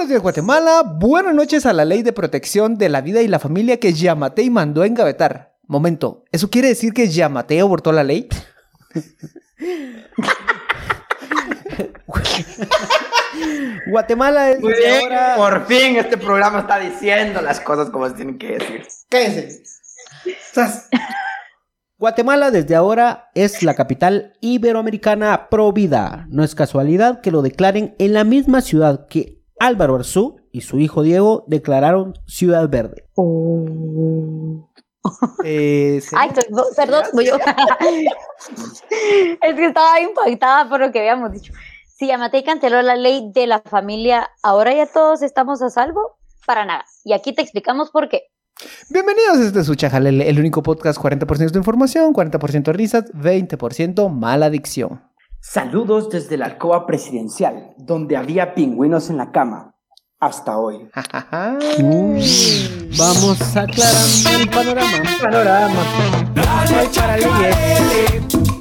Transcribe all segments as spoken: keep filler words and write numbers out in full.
Buenos días, Guatemala. Buenas noches a la Ley de Protección de la Vida y la Familia que Yamatei mandó a engavetar. Momento, ¿eso quiere decir que Yamatei abortó la ley? Guatemala es... Muy bien, ahora... por fin este programa está diciendo las cosas como se tienen que decir. Cállense. Guatemala desde ahora es la capital iberoamericana pro vida. No es casualidad que lo declaren en la misma ciudad que Álvaro Arzú y su hijo Diego declararon Ciudad Verde. Oh. Eh, Ay, perdón, voy yo. Es que estaba impactada por lo que habíamos dicho. Si Yamatei canceló la ley de la familia, ¿ahora ya todos estamos a salvo? Para nada. Y aquí te explicamos por qué. Bienvenidos a este su Chajalele, el único podcast cuarenta por ciento de información, cuarenta por ciento risas, veinte por ciento mala dicción. Saludos desde la alcoba presidencial, donde había pingüinos en la cama. Hasta hoy. Uy, vamos aclarando el panorama. Panorama. Dale, chajalele.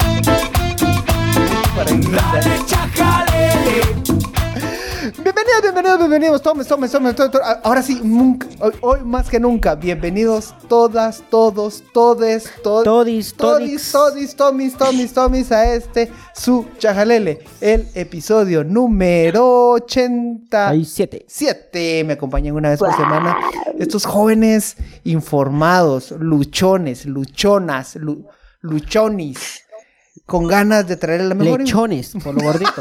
Dale, chajalele. Bienvenidos, bienvenidos, bienvenidos. Tomes, tomes, tomes, tomes. Ahora sí, nunca, hoy, hoy más que nunca, bienvenidos todas, todos, todes, to- Todis, todis, todis, tomis, tomis, tomis a este su Chajalele, el episodio número ochenta y siete. Me acompañan una vez por semana estos jóvenes informados, luchones, luchonas, lu- luchonis, con ganas de traer la mejor lechones, por lo gordito.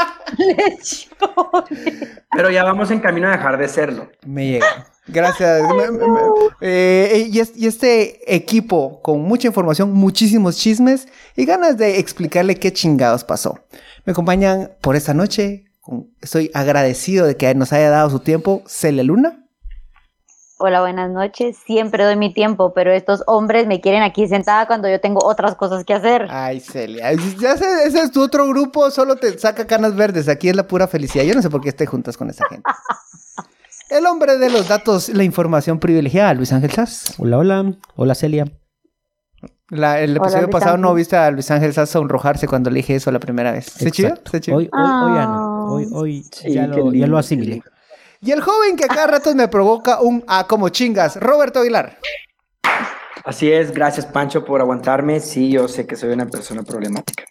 Pero ya vamos en camino a dejar de serlo. Me llega. Gracias. Me, me, me, eh, y, es, y este equipo con mucha información, muchísimos chismes y ganas de explicarle qué chingados pasó. Me acompañan por esta noche. Estoy agradecido de que nos haya dado su tiempo. Celia Luna. Hola, buenas noches. Siempre doy mi tiempo, pero estos hombres me quieren aquí sentada cuando yo tengo otras cosas que hacer. Ay, Celia. Ya sé, ese es tu otro grupo, solo te saca canas verdes. Aquí es la pura felicidad. Yo no sé por qué esté juntas con esa gente. El hombre de los datos, la información privilegiada, Luis Ángel Sass. Hola, hola. Hola, Celia. La, el episodio Hola, pasado no viste a Luis Ángel Sass sonrojarse cuando le dije eso la primera vez. ¿Se chido? ¿Se chido? Hoy, hoy, hoy ya no. Hoy, hoy sí, ya, lo, ya lo asimilé. Y el joven que a cada rato me provoca un ah, como chingas, Roberto Aguilar. Así es, gracias Pancho por aguantarme. Sí, yo sé que soy una persona problemática.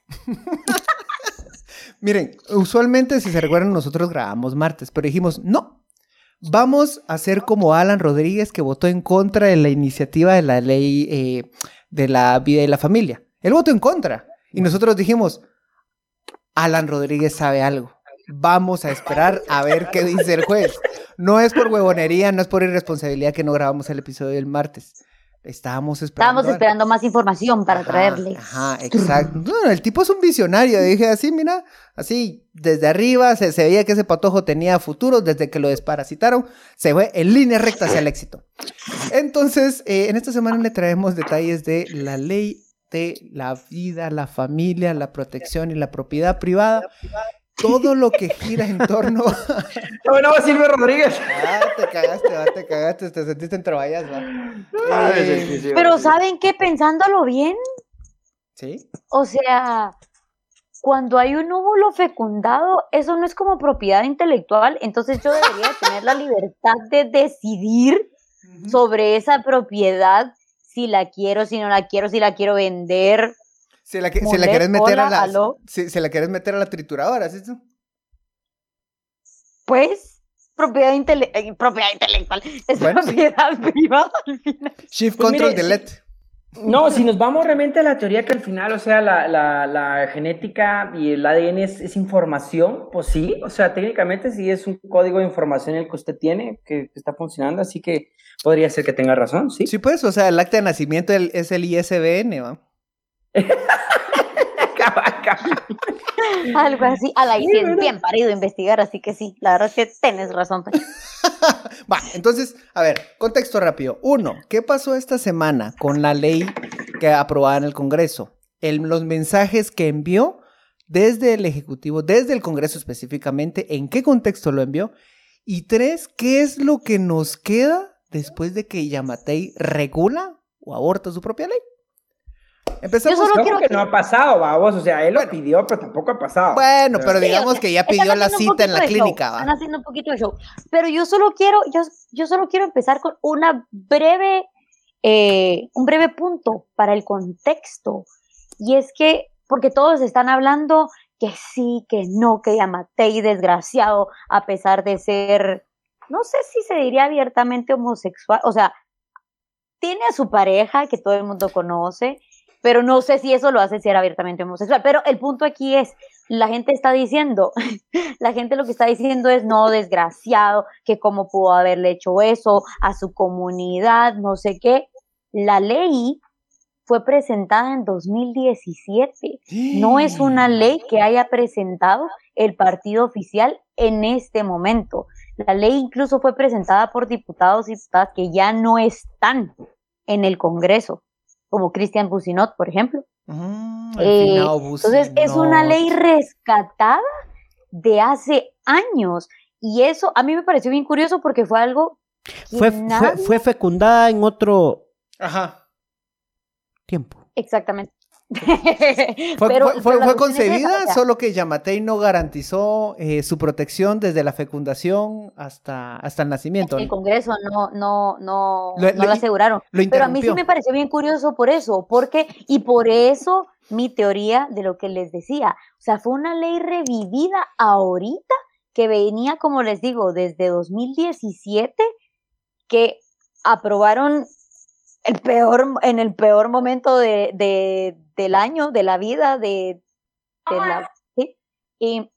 Miren, usualmente si se recuerdan nosotros grabamos martes, pero dijimos no. Vamos a hacer como Alan Rodríguez que votó en contra de la iniciativa de la ley eh, de la vida y la familia. Él votó en contra. Y nosotros dijimos, Alan Rodríguez sabe algo. Vamos a esperar a ver qué dice el juez. No es por huevonería, no es por irresponsabilidad que no grabamos el episodio del martes. Estábamos esperando. Estábamos esperando más información para ajá, traerle. Ajá, exacto. No, el tipo es un visionario. Dije así, mira, así, desde arriba se, se veía que ese patojo tenía futuro. Desde que lo desparasitaron, se fue en línea recta hacia el éxito. Entonces, eh, en esta semana le traemos detalles de la ley de la vida, la familia, la protección y la propiedad privada. Todo lo que gira en torno... No, no, Silvio Rodríguez. Ah, te cagaste, va, te cagaste, te sentiste entre vallas, va. Ah, Eh, sí, pero ¿saben qué? Pensándolo bien. ¿Sí? O sea, cuando hay un óvulo fecundado, eso no es como propiedad intelectual, entonces yo debería tener la libertad de decidir uh-huh. sobre esa propiedad, si la quiero, si no la quiero, si la quiero vender... Si la, que, si la quieres meter a la si, si la quieres meter a la trituradora, ¿sí? Pues propiedad, intele eh, propiedad intelectual, es bueno, propiedad sí. privada al final. Shift pues control mire, delete. Si, no, si nos vamos realmente a la teoría que al final, o sea, la, la, la genética y el A D N es, es información, pues sí, o sea, técnicamente sí es un código de información el que usted tiene, que, que está funcionando, así que podría ser que tenga razón, sí. Sí, pues, o sea, el acta de nacimiento es el I S B N, ¿va? Algo así, a la I C es bien parido investigar, así que sí, la verdad es que tenés razón. Va, entonces, a ver, contexto rápido. Uno, ¿qué pasó esta semana con la ley que aprobada en el Congreso? El, los mensajes que envió desde el Ejecutivo, desde el Congreso específicamente, ¿en qué contexto lo envió? Y tres, ¿qué es lo que nos queda después de que Yamatei regula o aborta su propia ley? empezamos. Yo solo Creo quiero que no ha pasado, vamos, o sea, él lo pidió, pero tampoco ha pasado. Bueno, pero Sí, digamos o sea, que ya están pidió la haciendo un cita en la poquito de show, clínica, Están ¿va? haciendo un poquito de show. Pero yo solo quiero, yo, yo solo quiero empezar con una breve, eh, un breve punto para el contexto. Y es que, porque todos están hablando que sí, que no, que Yamatei desgraciado, a pesar de ser, no sé si se diría abiertamente homosexual, o sea, tiene a su pareja que todo el mundo conoce, pero no sé si eso lo hace ser abiertamente homosexual. Pero el punto aquí es, la gente está diciendo, la gente lo que está diciendo es, no, desgraciado, que cómo pudo haberle hecho eso a su comunidad, no sé qué. La ley fue presentada en dos mil diecisiete. No es una ley que haya presentado el partido oficial en este momento. La ley incluso fue presentada por diputados y diputadas que ya no están en el Congreso, como Cristian Bucinot, por ejemplo. Mm, Eh, finado entonces es una Bucinot. ley rescatada de hace años. Y eso a mí me pareció bien curioso porque fue algo que Fue, fue, nadie... fue fecundada en otro Ajá. tiempo. Exactamente. Fue, Pero- fue- fue- pero la fue cuestión es concebida, esa, o sea, solo que Yamatei no garantizó eh, su protección desde la fecundación hasta, hasta el nacimiento. el Congreso no, no, no, Lo- no lo- lo aseguraron. Lo Pero a mí sí interrumpió. me pareció bien curioso por eso, porque, y por eso mi teoría de lo que les decía, o sea, fue una ley revivida ahorita que venía, como les digo, desde dos mil diecisiete, que aprobaron el peor, en el peor momento de, de- del año, de la vida, de, de la, ¿sí? Y,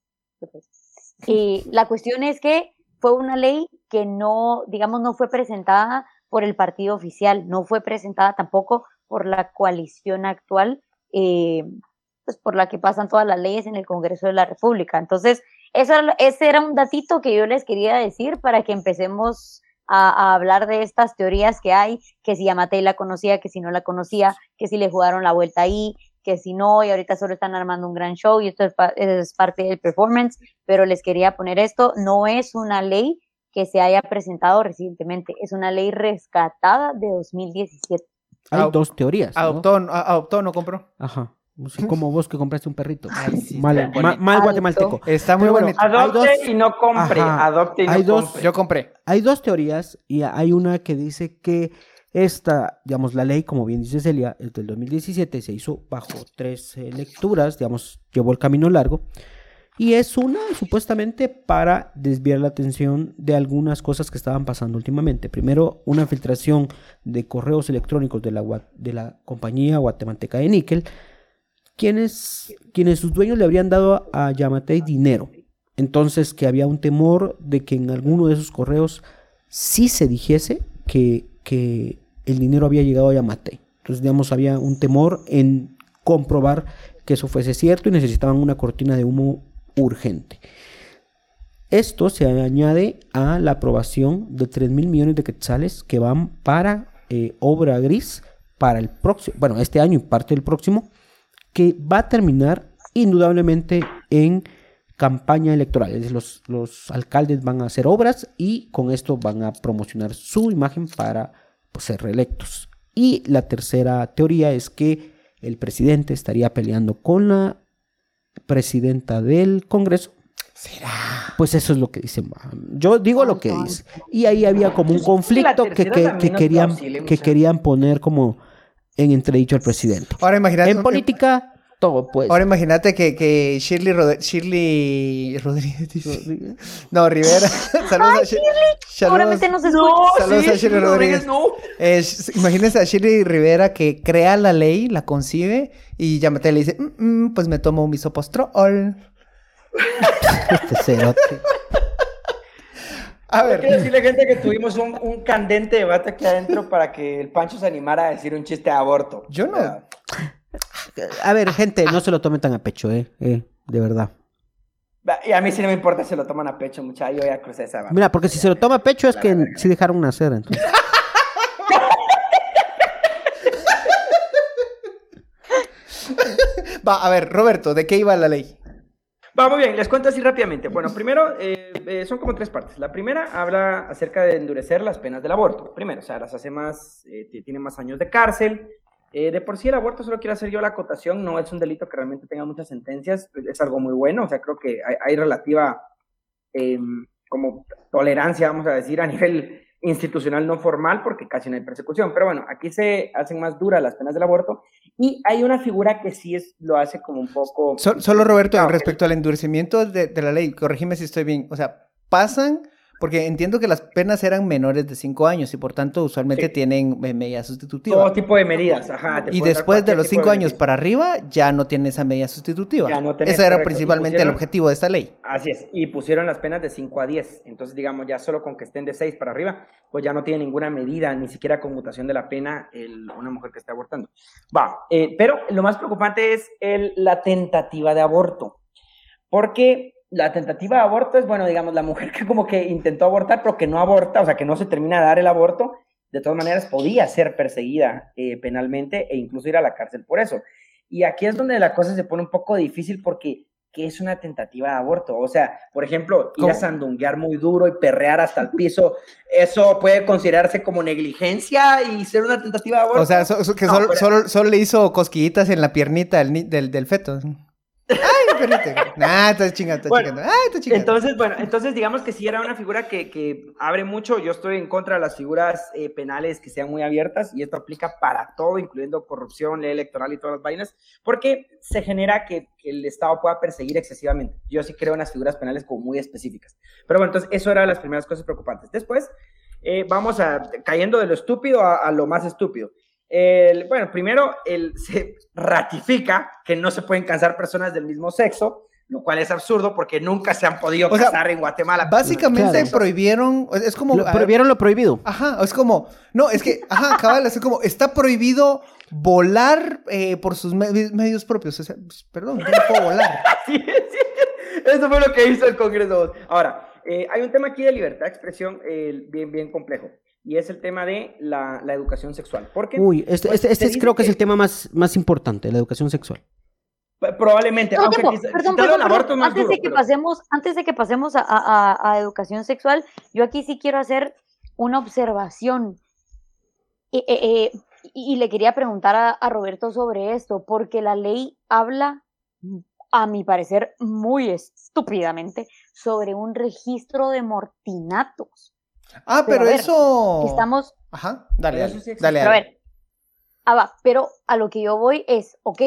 y la cuestión es que fue una ley que no, digamos, no fue presentada por el partido oficial, no fue presentada tampoco por la coalición actual, eh, pues por la que pasan todas las leyes en el Congreso de la República. Entonces, eso, era- ese era un datito que yo les quería decir para que empecemos a, a hablar de estas teorías que hay, que si Yamatei la conocía, que si no la conocía, que si le jugaron la vuelta ahí, que si no, y ahorita solo están armando un gran show y esto es, pa- es parte del performance, pero les quería poner esto, no es una ley que se haya presentado recientemente, es una ley rescatada de dos mil diecisiete. Hay Adop- dos teorías, ¿no? Adoptó, a- adoptó, no compró. Ajá. Así como vos que compraste un perrito. Ay, sí, mal, está ma- bonito. mal Adoptó. guatemalteco. Está muy Pero bueno, bonito. hay Adopte dos- y no compre, Ajá. adopte y no Hay dos- compre. Yo compré. Hay dos teorías y hay una que dice que esta, digamos, la ley, como bien dice Celia, es del dos mil diecisiete, se hizo bajo tres eh, lecturas, digamos, llevó el camino largo. Y es una, supuestamente, para desviar la atención de algunas cosas que estaban pasando últimamente. Primero, una filtración de correos electrónicos de la, gua- de la compañía guatemalteca de níquel, quienes, quienes sus dueños le habrían dado a, a Yamatei dinero. Entonces, que había un temor de que en alguno de esos correos sí se dijese que, que el dinero había llegado a Yamatei. Entonces, digamos, había un temor en comprobar que eso fuese cierto y necesitaban una cortina de humo urgente. Esto se añade a la aprobación de tres mil millones de quetzales que van para eh, obra gris para el próximo, bueno, este año y parte del próximo, que va a terminar indudablemente en campaña electoral. Es decir, los, los alcaldes van a hacer obras y con esto van a promocionar su imagen para pues, ser reelectos. Y la tercera teoría es que el presidente estaría peleando con la presidenta del Congreso. ¿Será? Pues eso es lo que dicen. Yo digo lo que dice. Y ahí había como un Yo siento que la conflicto que, tercera que- también que no es querían, plausible, que muchacho. querían poner como en entredicho al presidente. Ahora imagínate. En política, todo pues. Ahora imagínate que, que Shirley, Rod- Shirley Rodríguez. dice- No, Rivera. Saludos a Shirley. Seguramente no se escucha. No, Saludos sí, a Shirley sí, Rodríguez. no. Eh, sh- imagínense a Shirley Rivera que crea la ley, la concibe y Yamatei le dice, "Mm, mm, pues me tomo un misopostrol. Este cerote. A Quiero ver, decirle, gente, que tuvimos un, un candente debate aquí adentro para que el Pancho se animara a decir un chiste de aborto. yo no. O sea, A ver, gente, no se lo tomen tan a pecho, eh, eh, de verdad. y a mí sí no me importa si se lo toman a pecho, muchachos. Yo ya crucé esa barra. Mira, porque si se lo toma a pecho es que sí dejaron nacer. Entonces. Va, a ver, Roberto, ¿de qué iba la ley? Va, muy bien, les cuento así rápidamente. Bueno, primero, eh, eh, son como tres partes. La primera habla acerca de endurecer las penas del aborto. Primero, o sea, las hace más, eh, t- tiene más años de cárcel. Eh, de por sí el aborto, solo quiero hacer yo la acotación, no es un delito que realmente tenga muchas sentencias, es algo muy bueno, o sea, creo que hay, hay relativa eh, como tolerancia, vamos a decir, a nivel institucional no formal, porque casi no hay persecución, pero bueno, aquí se hacen más duras las penas del aborto, y hay una figura que sí es, lo hace como un poco... So, solo Roberto, respecto al endurecimiento de, de la ley, corrígeme si estoy bien, o sea, pasan... Porque entiendo que las penas eran menores de cinco años y por tanto usualmente sí. tienen eh, medida sustitutiva. Todo tipo de medidas, ajá. Y después de los cinco de años para arriba ya no tiene esa medida sustitutiva. Ya no tenés, Ese era correcto. principalmente pusieron, el objetivo de esta ley. Así es, y pusieron las penas de cinco a diez. Entonces, digamos, ya solo con que estén de seis para arriba, pues ya no tiene ninguna medida, ni siquiera conmutación de la pena el, una mujer que esté abortando. Va, eh, pero lo más preocupante es el, la tentativa de aborto. Porque... la tentativa de aborto es, bueno, digamos, la mujer que como que intentó abortar, pero que no aborta, o sea, que no se termina de dar el aborto, de todas maneras podía ser perseguida eh, penalmente e incluso ir a la cárcel por eso. Y aquí es donde la cosa se pone un poco difícil porque, ¿qué es una tentativa de aborto? O sea, por ejemplo, ir ¿Cómo? a sandunguear muy duro y perrear hasta el piso, ¿eso puede considerarse como negligencia y ser una tentativa de aborto? O sea, so, so, que no, solo, pero... solo, solo le hizo cosquillitas en la piernita del, del, del feto. Ay, perrete. Nah, estás chingando, estás bueno, chingando. Ay, estás chingando. Entonces, bueno, entonces digamos que sí era una figura que, que abre mucho. Yo estoy en contra de las figuras eh, penales que sean muy abiertas y esto aplica para todo, incluyendo corrupción, ley electoral y todas las vainas, porque se genera que, que el Estado pueda perseguir excesivamente. Yo sí creo en las figuras penales como muy específicas. Pero bueno, entonces eso era las primeras cosas preocupantes. Después eh, vamos a cayendo de lo estúpido a, a lo más estúpido. El, bueno, primero el, se ratifica que no se pueden casar personas del mismo sexo, lo cual es absurdo porque nunca se han podido o casar sea, en Guatemala. Básicamente claro. prohibieron, es como... Lo, prohibieron lo prohibido. Ajá, es como, no, es que, ajá, cabal, es como, está prohibido volar eh, por sus me medios propios. O sea, pues, perdón, yo no puedo volar. sí, sí, eso fue lo que hizo el Congreso. Ahora, eh, hay un tema aquí de libertad de expresión eh, bien, bien complejo. Y es el tema de la, la educación sexual. Porque, Uy, este, pues, este, este creo que, que es el tema más, más importante, la educación sexual. Probablemente. No, aunque, quizá, perdón, si perdón, perdón, antes, duro, de que pero... pasemos, antes de que pasemos a, a, a educación sexual, yo aquí sí quiero hacer una observación. Eh, eh, eh, y, y le quería preguntar a, a Roberto sobre esto, porque la ley habla, a mi parecer, muy estúpidamente, sobre un registro de mortinatos. Ah, pero, pero ver, eso... Estamos... Ajá, dale, dale, sí dale, dale. A ver, ah, va, pero a lo que yo voy es, ok,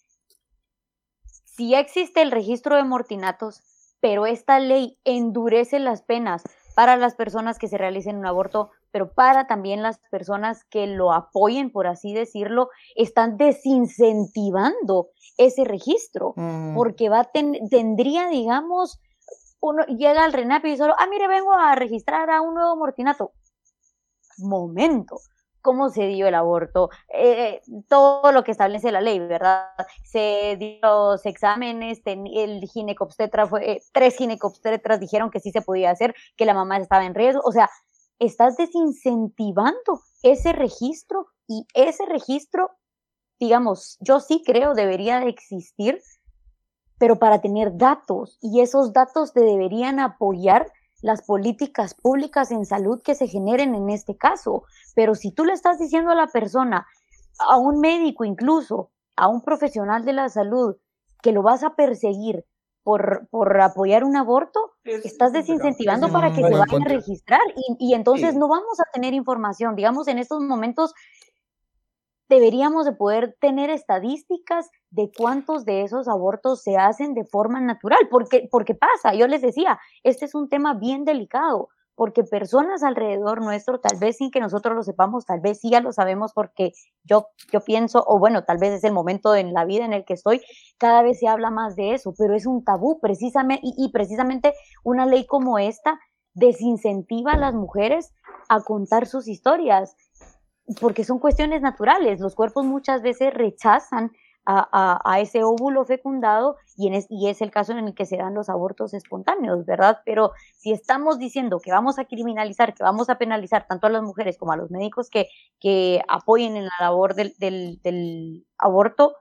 si ya existe el registro de mortinatos, pero esta ley endurece las penas para las personas que se realicen un aborto, pero para también las personas que lo apoyen, por así decirlo, están desincentivando ese registro, mm. porque va ten, tendría, digamos... uno llega al RENAPI y solo, ah, mire, vengo a registrar a un nuevo mortinato. Momento, ¿cómo se dio el aborto? Eh, todo lo que establece la ley, ¿verdad? Se dio los exámenes, ten, el ginecobstetra fue, eh, tres ginecobstetras dijeron que sí se podía hacer, que la mamá estaba en riesgo. O sea, estás desincentivando ese registro y ese registro, digamos, yo sí creo debería de existir, pero para tener datos, y esos datos te deberían apoyar las políticas públicas en salud que se generen en este caso. Pero si tú le estás diciendo a la persona, a un médico incluso, a un profesional de la salud, que lo vas a perseguir por, por apoyar un aborto, es, estás desincentivando es para que se vaya punto. a registrar, y, y entonces sí. no vamos a tener información. Digamos, en estos momentos deberíamos de poder tener estadísticas de cuántos de esos abortos se hacen de forma natural, porque, porque pasa, yo les decía, este es un tema bien delicado, porque personas alrededor nuestro, tal vez sin que nosotros lo sepamos, tal vez sí ya lo sabemos porque yo, yo pienso, o bueno, tal vez es el momento en la vida en el que estoy, cada vez se habla más de eso, pero es un tabú, precisamente, y, y precisamente una ley como esta desincentiva a las mujeres a contar sus historias, porque son cuestiones naturales. Los cuerpos muchas veces rechazan a, a, a ese óvulo fecundado y, en es, y es el caso en el que se dan los abortos espontáneos, ¿verdad? Pero si estamos diciendo que vamos a criminalizar, que vamos a penalizar tanto a las mujeres como a los médicos que, que apoyen en la labor del, del, del aborto,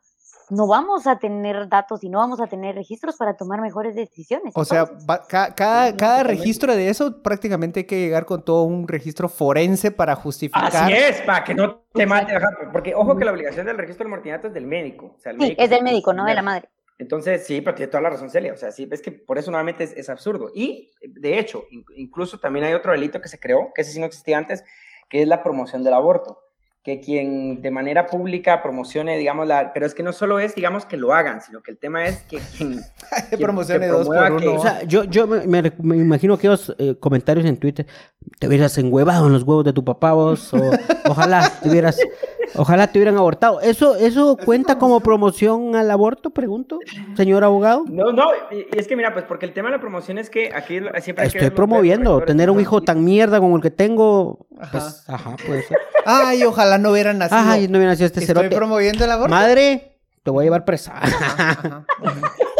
no vamos a tener datos y no vamos a tener registros para tomar mejores decisiones. O sea, Entonces, va- ca- cada, No, cada totalmente. registro de eso prácticamente hay que llegar con todo un registro forense para justificar. Así es, para que no te mate, ajá, porque ojo que la obligación del registro del mortinato es del médico. O sea, el sí, médico es del el médico, no de la primero. madre. Entonces, sí, pero tiene toda la razón, Celia. O sea, sí, es que por eso nuevamente es, es absurdo. Y, de hecho, in- incluso también hay otro delito que se creó, que ese sí no existía antes, que es la promoción del aborto. Que quien de manera pública promocione, digamos, la... Pero es que no solo es, digamos, que lo hagan, sino que el tema es que quien... Que promocione que dos por promueva que- uno. O sea, yo, yo me, me- me imagino aquellos eh, comentarios en Twitter, te hubieras enhuevado en los huevos de tu papá vos, o ojalá te hubieras, ojalá te hubieran abortado. ¿Eso, eso cuenta como promoción al aborto, pregunto, señor abogado? No, no, y y es que mira, pues porque el tema de la promoción es que aquí siempre hay que ver Estoy los promoviendo, correctores, tener un ¿no? hijo tan mierda como el que tengo, pues, Ajá. ajá, puede ser. Ay, ojalá no hubiera nacido. Ay, no hubiera nacido este Estoy cerote. promoviendo el aborto. Madre, te voy a llevar presa. Ajá, ajá.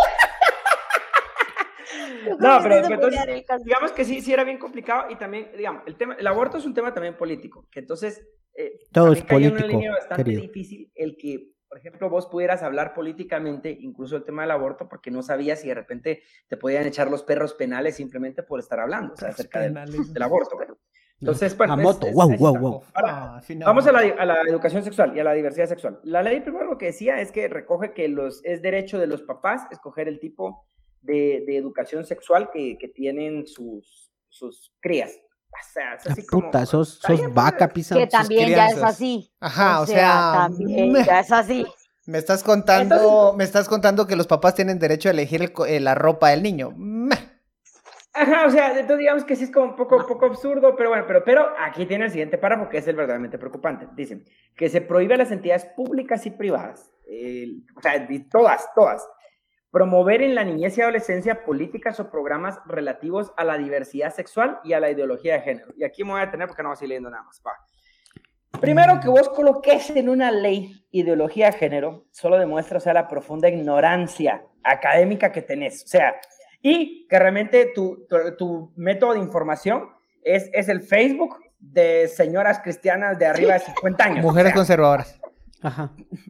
Yo creo No, que pero sí se entonces, podría dar el caso. digamos que sí, sí era bien complicado y también, digamos, el tema, el aborto es un tema también político, que entonces eh, Todo también es cae en una político, línea bastante querido. difícil el que, por ejemplo, vos pudieras hablar políticamente incluso el tema del aborto porque no sabías si de repente te podían echar los perros penales simplemente por estar hablando, o sea, acerca del, del aborto. Entonces, bueno, A es- moto, es- guau, es- guau, guau. Ahora, Ah, final. vamos a la, a la educación sexual y a la diversidad sexual. La ley primero lo que decía es que recoge que los, es derecho de los papás escoger el tipo de, de educación sexual que, que tienen sus, sus crías. O sea, es Ah, así como... puta, sos, está sos bien, vaca, pues. pisa. Que también ya es crianzas. así. Ajá, o sea, también meh. ya es así. Me estás contando, Entonces- me estás contando que los papás tienen derecho a elegir el co- eh, la ropa del niño. Meh. Ajá, o sea, entonces digamos que sí es como un poco, un poco absurdo, pero bueno, pero, pero aquí tiene el siguiente párrafo que es el verdaderamente preocupante. Dicen que se prohíbe a las entidades públicas y privadas, eh, o sea, de todas, todas, promover en la niñez y adolescencia políticas o programas relativos a la diversidad sexual y a la ideología de género. Y aquí me voy a detener porque no voy a seguir leyendo nada más. Va. Primero, que vos coloques en una ley ideología de género solo demuestra, o sea, la profunda ignorancia académica que tenés. O sea, y que realmente tu, tu, tu método de información es, es el Facebook de señoras cristianas de arriba de cincuenta años. Mujeres o sea, conservadoras. Ajá.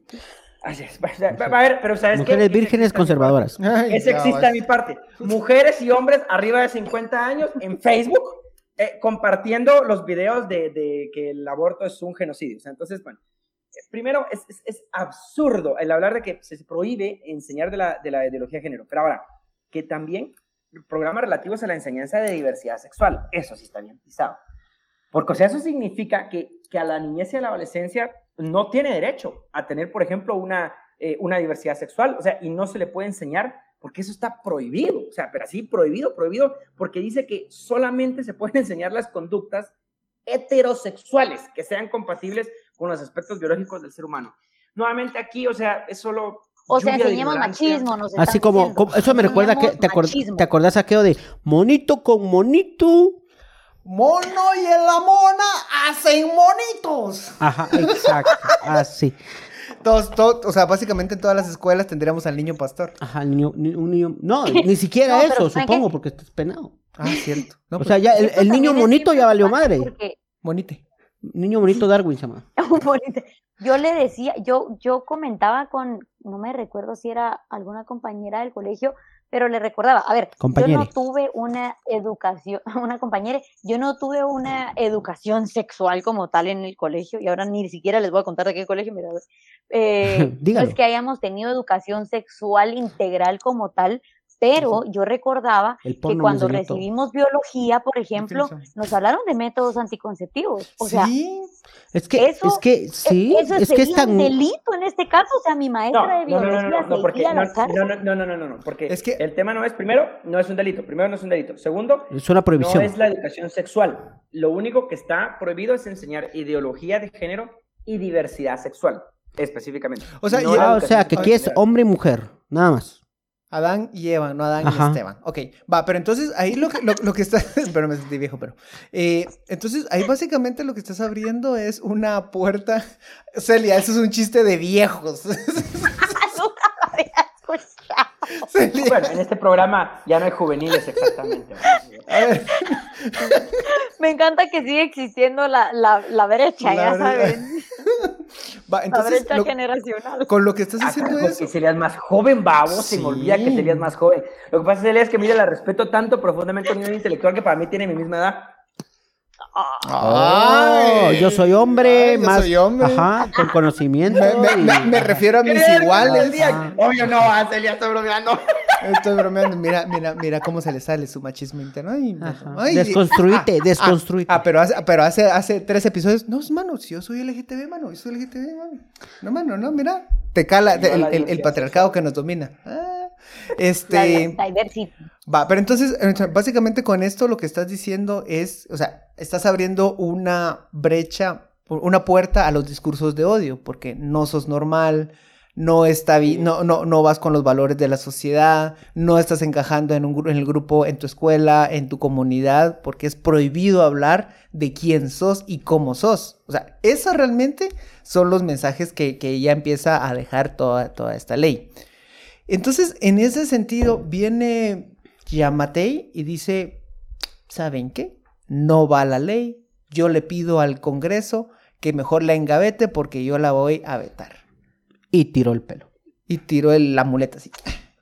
así es. O sea, va- va a ver, pero ¿sabes qué? Mujeres Es vírgenes sexista de mi conservadoras. parte. Es Ay, sexista ya de mi parte. Mujeres y hombres arriba de cincuenta años en Facebook eh, compartiendo los videos de, de que el aborto es un genocidio. O sea, entonces, bueno, eh, primero es, es, es absurdo el hablar de que se prohíbe enseñar de la, de la ideología de género. Pero ahora, que también programas relativos a la enseñanza de diversidad sexual, eso sí está bien pisado. Porque, o sea, eso significa que, que a la niñez y a la adolescencia no tiene derecho a tener, por ejemplo, una, eh, una diversidad sexual, o sea, y no se le puede enseñar porque eso está prohibido, o sea, pero así prohibido, prohibido, porque dice que solamente se pueden enseñar las conductas heterosexuales que sean compatibles con los aspectos biológicos del ser humano. Nuevamente aquí, o sea, es solo... O sea, lluvia de enseñemos ignorancia. machismo. Nos Así están como, diciendo. como- eso me recuerda que, Enseñamos ¿te, acord- machismo. ¿te acordás aquello de monito con monito? Mono y la mona hacen monitos. Ajá, exacto, así. Todos, todos, o sea, básicamente en todas las escuelas tendríamos al niño pastor. Ajá, el niño, ni- un niño, no, ni siquiera No, pero eso, ¿saben supongo, qué? porque estás penado. Ah, cierto. No, O pues, sea, ya el, Esto el niño también es monito bien ya valió preocupante madre. porque- monite. Niño bonito Darwin se llama. bonito. Yo le decía, yo, yo comentaba con, no me recuerdo si era alguna compañera del colegio, pero le recordaba, a ver, yo Compañere. no tuve una educación, una compañera, yo no tuve una educación sexual como tal en el colegio, y ahora ni siquiera les voy a contar de qué colegio, mira, eh, no Dígalo. es que hayamos tenido educación sexual integral como tal, pero yo recordaba El que porno me cuando enseñó todo. recibimos biología, por ejemplo, Utiliza. nos hablaron de métodos anticonceptivos, o sea, Sí. Es que, eso- es que, sí, eso es sería que es tan... un delito en este caso, o sea, mi maestra de No, no, no, biología no, no, no, se porque iría a no, la cárcel. no, no, no, no, no, no, no, porque Es que- el tema no es, primero, no es un delito, primero no es un delito, segundo, Es una no prohibición. es la educación sexual, lo único que está prohibido es enseñar ideología de género y diversidad sexual, específicamente. O sea, No y- la Ah, o educación sea, que sexual aquí en es general. hombre y mujer, nada más. Adán y Eva, no Adán Ajá. y Esteban. Ok, va, pero entonces ahí lo que, lo, lo que está... Pero me sentí viejo, pero... eh, entonces ahí básicamente lo que estás abriendo es una puerta... Celia, eso es un chiste de viejos. Nunca lo había escuchado. Celia, Bueno, en este programa ya no hay juveniles exactamente. a ver, Me encanta que sigue existiendo la, la, la brecha, La ya brecha. saben. Va, entonces, brecha lo- generacional. con lo que estás Ah, haciendo porque eso. serías más joven, babo, se me Sí. olvida que serías más joven. Lo que pasa, Celia, es que mira, la respeto tanto profundamente a un nivel intelectual que para mí tiene mi misma edad. Oh, yo soy hombre, ay, yo más, soy hombre. ajá, con conocimiento. Me, me- y- me- me refiero a mis iguales. Ah. Obvio no, ah, Celia, estoy bromeando. Estoy bromeando. Mira, mira, mira cómo se le sale su machismo interno. Ay, Ajá. ay, Desconstruite, ah, desconstruite. Ah, pero hace, pero hace, hace tres episodios. No, mano, si yo soy L G T B, mano. Yo soy L G T B, mano. No, mano, no, mira. Te cala te- el, el- el patriarcado que nos domina. Ah, este. La diversity. Va, pero entonces, eh, básicamente con esto lo que estás diciendo es, o sea, estás abriendo una brecha, una puerta a los discursos de odio, porque no sos normal, no está bi- no, no, no vas con los valores de la sociedad, no estás encajando en un gru- en el grupo, en tu escuela, en tu comunidad, porque es prohibido hablar de quién sos y cómo sos. O sea, esos realmente son los mensajes que, que ya empieza a dejar toda, toda esta ley. Entonces, en ese sentido, viene Yamatei y dice, ¿saben qué? No va la ley, yo le pido al Congreso que mejor la engavete porque yo la voy a vetar. Y tiró el pelo. Y tiró el- la muleta así.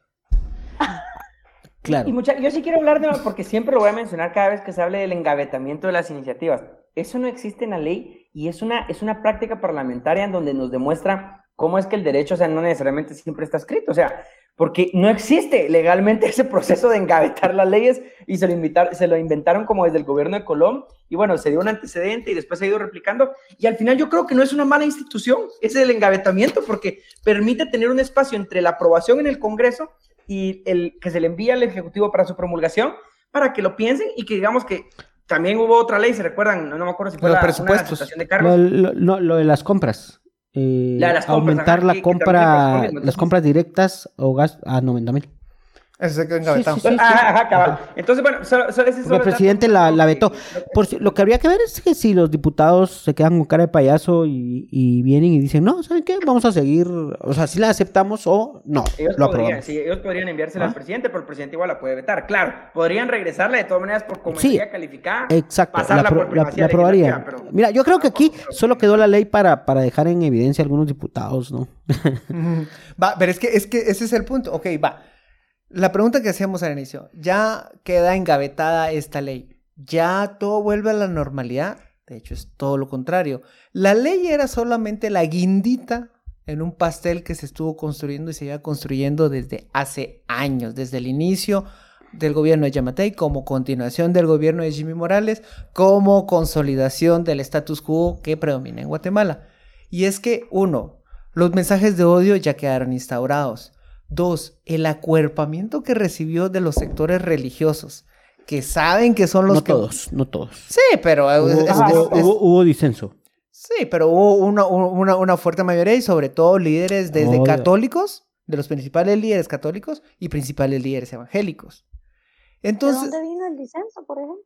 Claro. Y mucha, yo sí quiero hablar de, porque siempre lo voy a mencionar cada vez que se hable del engavetamiento de las iniciativas. Eso no existe en la ley y es una, es una práctica parlamentaria en donde nos demuestra cómo es que el derecho, o sea, no necesariamente siempre está escrito, o sea, porque no existe legalmente ese proceso de engavetar las leyes y se lo, invitar, se lo inventaron como desde el gobierno de Colón y bueno, se dio un antecedente y después se ha ido replicando y al final yo creo que no es una mala institución, es el engavetamiento porque permite tener un espacio entre la aprobación en el Congreso y el que se le envía al Ejecutivo para su promulgación, para que lo piensen y que digamos que también hubo otra ley, ¿se recuerdan? No, no me acuerdo si fue Los la, presupuestos. una aceptación de cargos. Lo, lo- no, lo de las compras. Eh, La de las compras, aumentar ajá, la que- que también compra, le pasó lo mismo, las entonces- compras directas o gas a noventa mil. Eso se quedó engavetado. Sí, sí, sí. Ajá, ajá, cabal. Entonces, bueno, solo, solo, ese Porque solo el presidente dato, la, creo la que- vetó. creo que- Por si- lo que habría que ver es que si los diputados se quedan con cara de payaso y, y vienen y dicen, no, ¿saben qué? Vamos a seguir, o sea, si la aceptamos o no, Ellos lo podrían, aprobamos. sí, ellos podrían enviársela ¿Ah? al presidente, pero el presidente igual la puede vetar. Claro, podrían regresarla de todas maneras por como Sí, mayoría calificada. Exacto, la, pasarla apro- por la- primacía la aprobaría. legislativa, pero- Mira, yo creo que aquí Pero- solo quedó la ley para, para dejar en evidencia a algunos diputados, ¿no? Ujú. Va, pero es que, es que ese es el punto. Ok, va. La pregunta que hacíamos al inicio, ya queda engavetada esta ley, ya todo vuelve a la normalidad, de hecho es todo lo contrario. La ley era solamente la guindita en un pastel que se estuvo construyendo y se iba construyendo desde hace años, desde el inicio del gobierno de Yamatei, como continuación del gobierno de Jimmy Morales, como consolidación del status quo que predomina en Guatemala. Y es que, uno, los mensajes de odio ya quedaron instaurados. Dos, el acuerpamiento que recibió de los sectores religiosos, que saben que son los No que... todos, no todos. Sí, pero... es- Hubo, es- hubo- es- hubo- hubo disenso. Sí, pero hubo una, una, una fuerte mayoría y sobre todo líderes desde Obvio. católicos, de los principales líderes católicos y principales líderes evangélicos. ¿De Entonces, dónde vino el disenso, por ejemplo?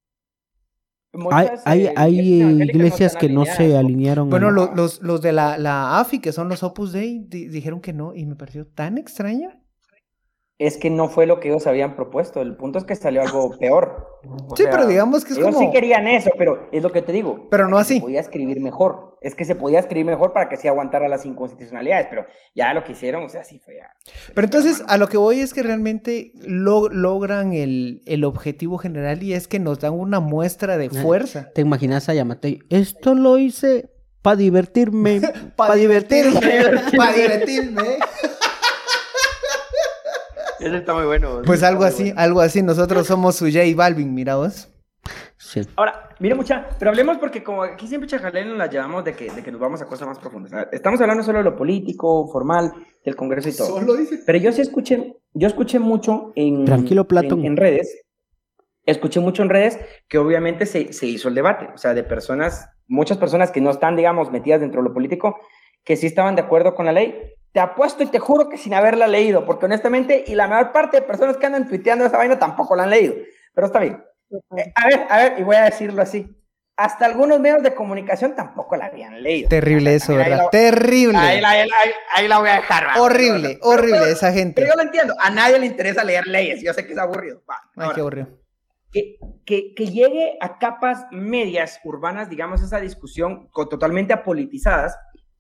Hay, Muchas, hay, eh, hay evangélicas iglesias están que no alineadas se con- alinearon. bueno, a- lo- los, los de la, la A F I, que son los Opus Dei, di- dijeron que no y me pareció tan extraño. Es que no fue lo que ellos habían propuesto. El punto es que salió algo peor. O Sí, sea, pero digamos que es ellos como... sí querían eso, pero es lo que te digo. Pero no que así. Se podía escribir mejor. Es que se podía escribir mejor para que sí aguantara las inconstitucionalidades, pero ya lo que hicieron, o sea, sí fue ya. Pero entonces, a lo que voy es que realmente lo- logran el, el objetivo general y es que nos dan una muestra de fuerza. ¿Te imaginas a Yamatei? Esto lo hice para divertirme. Para divertirme. Para divertirme. Eso está muy bueno. Pues algo así, algo así. Nosotros somos su J Balvin, mira vos. Sí. Ahora, mire mucha, pero hablemos porque como aquí siempre Chajalén nos la llevamos de que, de que nos vamos a cosas más profundas. A ver, estamos hablando solo de lo político, formal, del Congreso y todo. dice. Pero yo sí escuché, yo escuché mucho en, Tranquilo, Platón. en, en redes, escuché mucho en redes que obviamente se, se hizo el debate, o sea, de personas, muchas personas que no están, digamos, metidas dentro de lo político, que sí estaban de acuerdo con la ley. Te apuesto y te juro que sin haberla leído, porque honestamente, y la mayor parte de personas que andan tuiteando esa vaina tampoco la han leído, pero está bien. Eh, a ver, a ver, y voy a decirlo así, hasta algunos medios de comunicación tampoco la habían leído. Terrible eso, Ahí ¿verdad? la- Terrible. Ahí la, ahí la- ahí la voy a dejar. va. Horrible, Pero- horrible pero- esa gente. Pero yo lo entiendo, a nadie le interesa leer leyes, yo sé que es aburrido. Va, Ay, ahora, qué aburrido. que, que, que llegue a capas medias urbanas, digamos, esa discusión con, totalmente apolitizadas,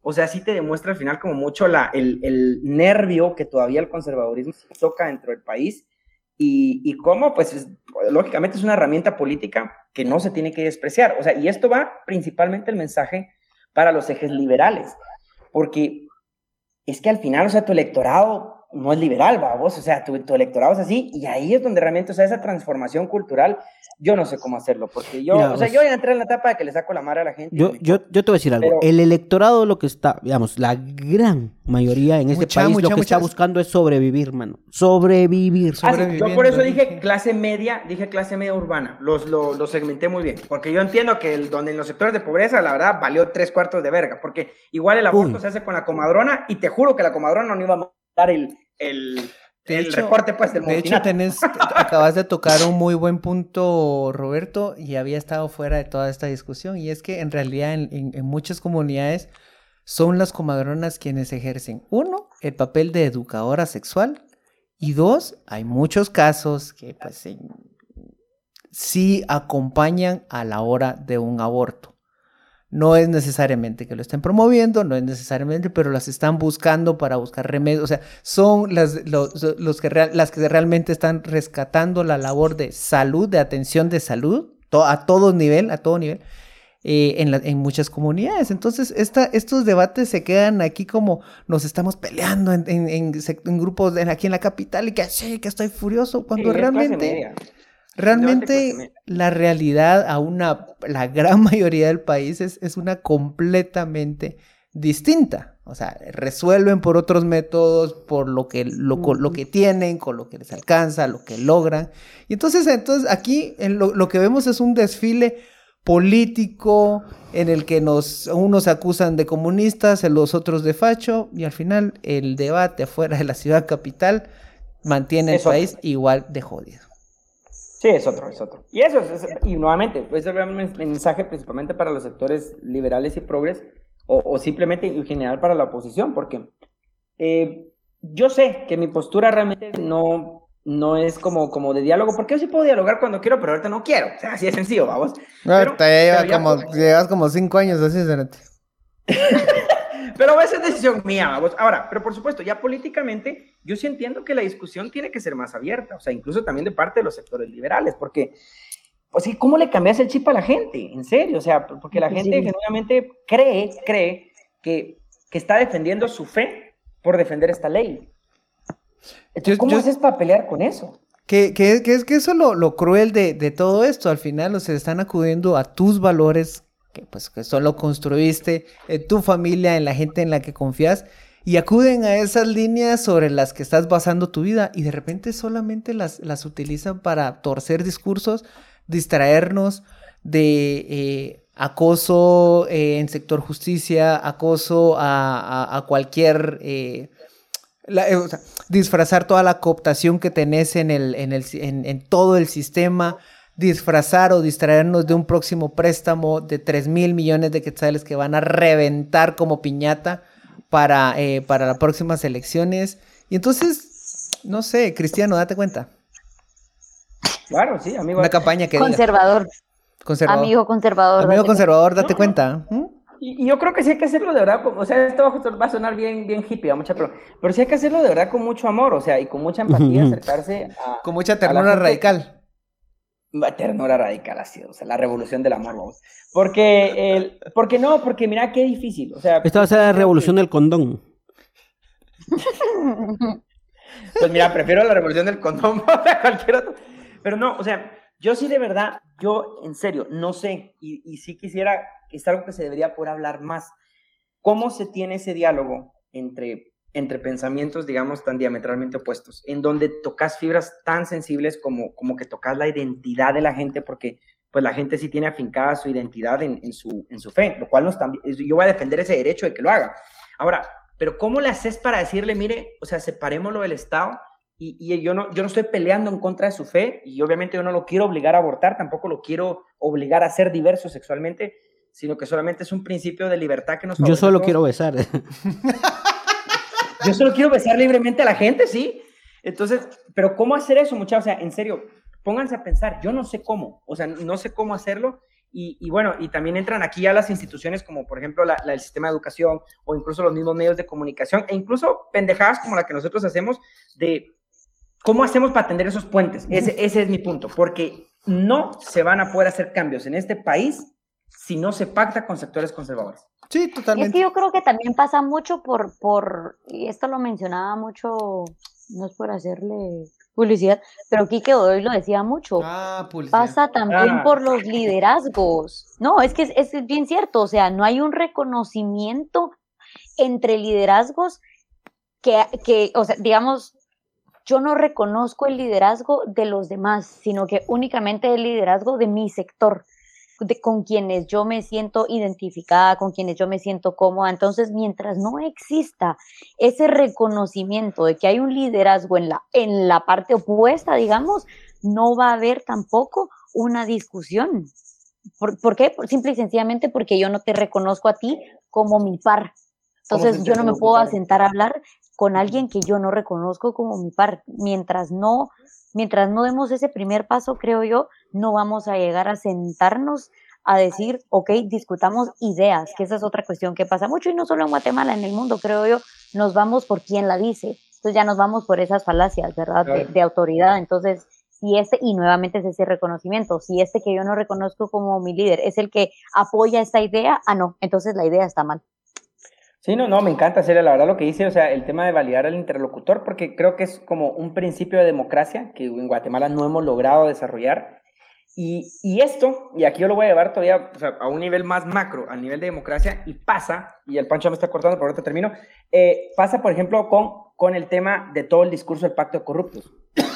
o sea, sí te demuestra al final como mucho la, el, el nervio que todavía el conservadurismo toca dentro del país y, y cómo, pues, es, lógicamente es una herramienta política que no se tiene que despreciar. O sea, y esto va principalmente el mensaje para los ejes liberales, porque es que al final, o sea, tu electorado no es liberal, va, vos, o sea, tu, tu electorado es así, y ahí es donde realmente, o sea, esa transformación cultural, yo no sé cómo hacerlo, porque yo, Mira, o sea, vos, yo ya entré en la etapa de que le saco la madre a la gente. Yo, yo, yo te voy a decir algo. Pero, el electorado lo que está, digamos, la gran mayoría en este Mucha, país mucha, lo que mucha- está buscando es sobrevivir, mano. Sobrevivir. ah, sí, sobreviviendo, yo por eso dije dije. clase media, dije clase media urbana, los, lo, lo segmenté muy bien, porque yo entiendo que el, donde en los sectores de pobreza, la verdad, valió tres cuartos de verga, porque igual el aborto Uy. se hace con la comadrona, y te juro que la comadrona no iba a mandar el, el, De el hecho, reporte, pues, del de hecho montinato. tenés, acabas de tocar un muy buen punto, Roberto, y había estado fuera de toda esta discusión, y es que en realidad en, en- en muchas comunidades son las comadronas quienes ejercen, uno, el papel de educadora sexual, y dos, hay muchos casos que pues en- sí acompañan a la hora de un aborto. No es necesariamente que lo estén promoviendo, no es necesariamente, pero las están buscando para buscar remedios. O sea, son las, los, los que real- las que realmente están rescatando la labor de salud, de atención de salud, to- a todo nivel, a todo nivel, eh, en, la- en muchas comunidades. Entonces, esta, estos debates se quedan aquí como nos estamos peleando en, en, en sec- en grupos de- aquí en la capital y que sí, que estoy furioso, cuando Sí, es clase realmente... media. Realmente Debate la realidad a una, la gran mayoría del país es, es una completamente distinta. O sea, resuelven por otros métodos, por lo que, lo, con lo que tienen, con lo que les alcanza, lo que logran. Y entonces, entonces aquí en lo, lo que vemos es un desfile político en el que nos, unos acusan de comunistas, los otros de facho, y al final el debate afuera de la ciudad capital mantiene el Es otro. país igual de jodido. Sí, es otro, es otro. Y eso, es, es- y nuevamente, pues es un mensaje principalmente para los sectores liberales y progres, o, o simplemente en general para la oposición, porque eh, yo sé que mi postura realmente no, no es como, como de diálogo, porque yo sí puedo dialogar cuando quiero, pero ahorita no quiero. O sea, así de sencillo, vamos. Pero, Ahorita ya lleva pero ya como, por- llevas como cinco años así, Zanete. Pero esa es decisión mía, vamos. Ahora, pero por supuesto, ya políticamente, yo sí entiendo que la discusión tiene que ser más abierta, o sea, incluso también de parte de los sectores liberales, porque, pues sí, ¿cómo le cambias el chip a la gente? En serio, o sea, porque la Sí. gente genuinamente cree, cree que, que está defendiendo su fe por defender esta ley. Entonces, Yo- ¿cómo yo- haces para pelear con eso? Que, que, que es que eso lo, lo cruel de, de todo esto. Al final, o sea, están acudiendo a tus valores, que pues que solo construiste en tu familia, en la gente en la que confías, y acuden a esas líneas sobre las que estás basando tu vida, y de repente solamente las, las utilizan para torcer discursos, distraernos de eh, acoso eh, en sector justicia, acoso a, a, a cualquier... eh, la- eh, o sea, disfrazar toda la cooptación que tenés en, el, en, el, si- en, en todo el sistema, disfrazar o distraernos de un próximo préstamo de tres mil millones de quetzales que van a reventar como piñata para, eh, para las próximas elecciones. Y entonces, no sé, Cristiano, date cuenta. Claro, sí, amigo. Una campaña que diga, Conservador. conservador. Amigo conservador. Amigo date conservador, date No, no. cuenta. ¿Mm? Y, y yo creo que sí hay que hacerlo de verdad, como- o sea, esto va a sonar bien, bien hippie, a mucha, pero, pero sí hay que hacerlo de verdad con mucho amor, o sea, y con mucha empatía, Ujú. acercarse a... Con mucha a la ternura gente. radical. Va, Ternura radical ha sido, o sea, la revolución del amor, vamos. Porque, el, porque no, porque mira qué difícil, o sea... Esta va a ser la revolución del condón. Pues mira, prefiero la revolución del condón a cualquier otro. Pero no, o sea, yo sí de verdad, yo en serio, no sé, y, y sí quisiera, es algo que se debería poder hablar más. ¿Cómo se tiene ese diálogo entre, entre pensamientos, digamos, tan diametralmente opuestos? En donde tocas fibras tan sensibles como, como que tocas la identidad de la gente, porque pues la gente sí tiene afincada su identidad en, en, su, en su fe, lo cual no está, yo voy a defender ese derecho de que lo haga. Ahora, pero ¿cómo le haces para decirle, mire, o sea, separémoslo del Estado? Y, y yo, no, yo no estoy peleando en contra de su fe, y obviamente yo no lo quiero obligar a abortar, tampoco lo quiero obligar a ser diverso sexualmente, sino que solamente es un principio de libertad que nos Yo favorece a solo todos. quiero besar. Yo solo quiero besar libremente a la gente, sí. Entonces, pero ¿cómo hacer eso, muchachos? O sea, en serio, pónganse a pensar, yo no sé cómo, o sea, no sé cómo hacerlo, Y, y bueno, y también entran aquí ya las instituciones como por ejemplo la, la, el sistema de educación o incluso los mismos medios de comunicación e incluso pendejadas como la que nosotros hacemos de cómo hacemos para atender esos puentes. Ese, ese es mi punto, porque no se van a poder hacer cambios en este país si no se pacta con sectores conservadores. Sí, totalmente. Es que yo creo que también pasa mucho por, por, y esto lo mencionaba mucho, no es por hacerle publicidad, pero Quique Godoy lo decía mucho. Ah, publicidad. Pasa también Ah. por los liderazgos. No, es que es, es bien cierto, o sea, no hay un reconocimiento entre liderazgos que, que, o sea, digamos, yo no reconozco el liderazgo de los demás, sino que únicamente el liderazgo de mi sector, de, con quienes yo me siento identificada, con quienes yo me siento cómoda. Entonces, mientras no exista ese reconocimiento de que hay un liderazgo en la, en la parte opuesta, digamos, no va a haber tampoco una discusión. ¿Por, ¿por qué? Por, simple y sencillamente porque yo no te reconozco a ti como mi par. Entonces, yo no me puedo sentar a hablar con alguien que yo no reconozco como mi par. Mientras no... Mientras no demos ese primer paso, creo yo, no vamos a llegar a sentarnos a decir, ok, discutamos ideas, que esa es otra cuestión que pasa mucho, y no solo en Guatemala, en el mundo, creo yo, nos vamos por quién la dice. Entonces ya nos vamos por esas falacias, ¿verdad? De, de autoridad. Entonces, si este, y nuevamente es ese reconocimiento, si este que yo no reconozco como mi líder es el que apoya esta idea, ah, no, entonces la idea está mal. Sí, no, no, me encanta, Celia, la verdad lo que dice, o sea, el tema de validar al interlocutor, porque creo que es como un principio de democracia que en Guatemala no hemos logrado desarrollar. Y, y esto, y aquí yo lo voy a llevar todavía, o sea, a un nivel más macro, al nivel de democracia, y pasa, y el Pancho me está cortando, por ahorita termino, eh, pasa, por ejemplo, con, con el tema de todo el discurso del pacto de corruptos.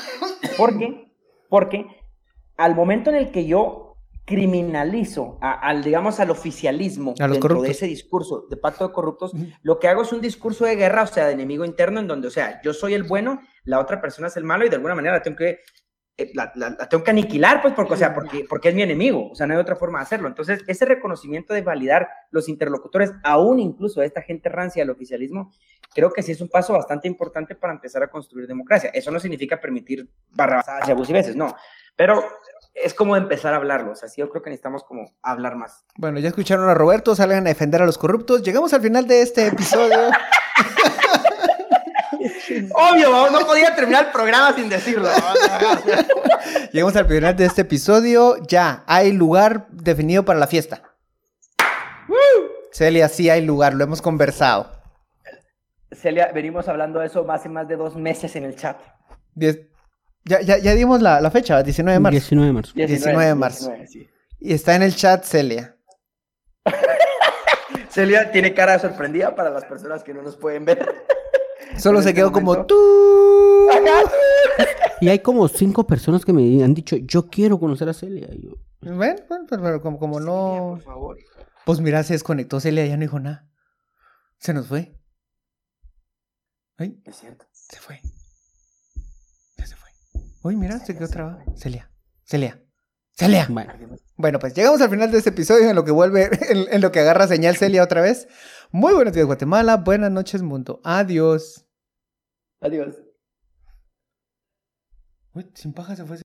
¿Por qué? Porque al momento en el que yo criminalizo a, al, digamos, al oficialismo a los dentro corruptos. de ese discurso de pacto de corruptos, uh-huh. Lo que hago es un discurso de guerra, o sea, de enemigo interno, en donde, o sea, yo soy el bueno, la otra persona es el malo, y de alguna manera la tengo que, eh, la, la, la tengo que aniquilar, pues, porque, o sea, porque, porque es mi enemigo, o sea, no hay otra forma de hacerlo. Entonces, ese reconocimiento de validar los interlocutores, aún incluso de esta gente rancia del oficialismo, creo que sí es un paso bastante importante para empezar a construir democracia. Eso no significa permitir barrabasadas y abusiveces, no, pero es como empezar a hablarlo, o sea, sí, yo creo que necesitamos como hablar más. Bueno, ya escucharon a Roberto, salgan a defender a los corruptos. Llegamos al final de este episodio. Obvio, no podía terminar el programa sin decirlo. Llegamos al final de este episodio. Ya, hay lugar definido para la fiesta. ¡Woo! Celia, sí hay lugar, lo hemos conversado. Celia, venimos hablando de eso hace más de dos meses en el chat. Diez... Ya, ya, ya dimos la, la fecha, diecinueve de marzo. diecinueve de marzo. diecinueve de marzo. diecinueve, sí. Y está en el chat Celia. Celia tiene cara de sorprendida para las personas que no nos pueden ver. Solo se quedó como tú. Y hay como cinco personas que me han dicho, yo quiero conocer a Celia. Y yo... Bueno, bueno, pero, pero como, como no... Celia, por favor. Pues mira, se desconectó Celia, ya no dijo nada. Se nos fue. Ay, es cierto. Se fue. Ya se fue. Uy, mira, Celia, se quedó trabada. Celia, Celia, Celia. Bueno. bueno, pues llegamos al final de este episodio en lo que vuelve, en, en lo que agarra señal Celia otra vez. Muy buenos días, Guatemala. Buenas noches, mundo. Adiós. Adiós. Uy, sin paja se fue.